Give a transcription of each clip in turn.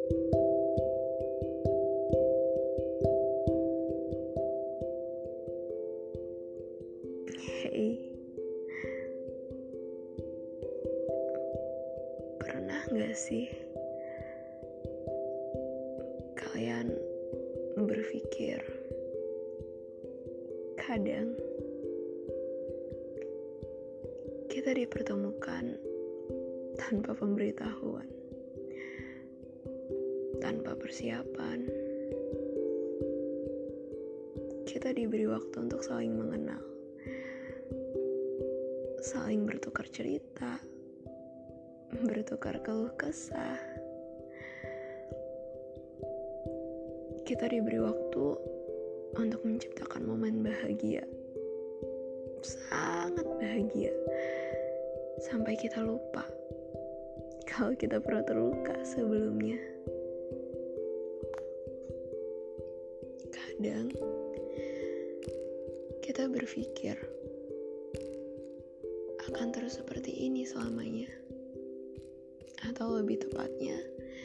Hey, pernah gak sih kalian berpikir kadang kita dipertemukan tanpa pemberitahuan, tanpa persiapan. Kita diberi waktu untuk saling mengenal, saling bertukar cerita, bertukar keluh kesah. Kita diberi waktu untuk menciptakan momen bahagia, sangat bahagia, sampai kita lupa kalau kita pernah terluka sebelumnya. Kadang kita berpikir akan terus seperti ini selamanya, atau lebih tepatnya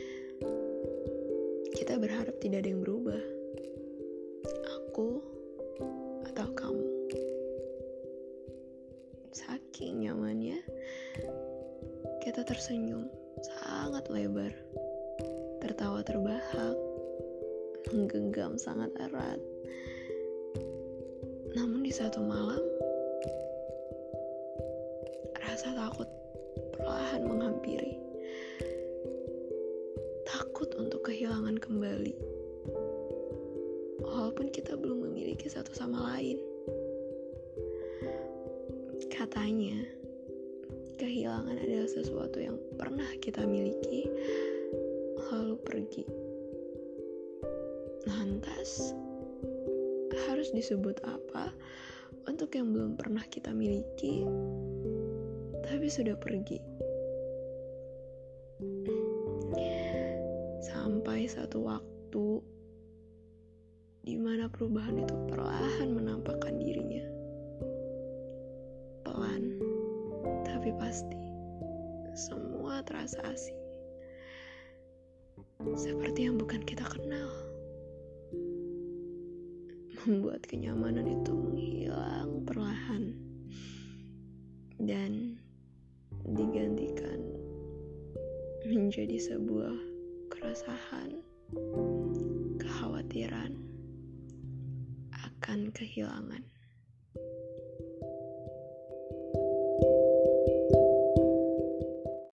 kita berharap tidak ada yang berubah, aku atau kamu. Saking nyamannya kita tersenyum sangat lebar, tertawa terbahak, menggenggam sangat erat. Namun di satu malam, rasa takut perlahan menghampiri. Takut untuk kehilangan kembali, walaupun kita belum memiliki satu sama lain. Katanya, kehilangan adalah sesuatu yang pernah kita miliki, lalu pergi. Lantas, harus disebut apa untuk yang belum pernah kita miliki, tapi sudah pergi? Sampai satu waktu di mana perubahan itu perlahan menampakkan dirinya. Pelan, tapi pasti. Semua terasa asing. Seperti yang bukan kita kenal. Membuat kenyamanan itu menghilang perlahan. Dan digantikan menjadi sebuah keresahan, kekhawatiran akan kehilangan.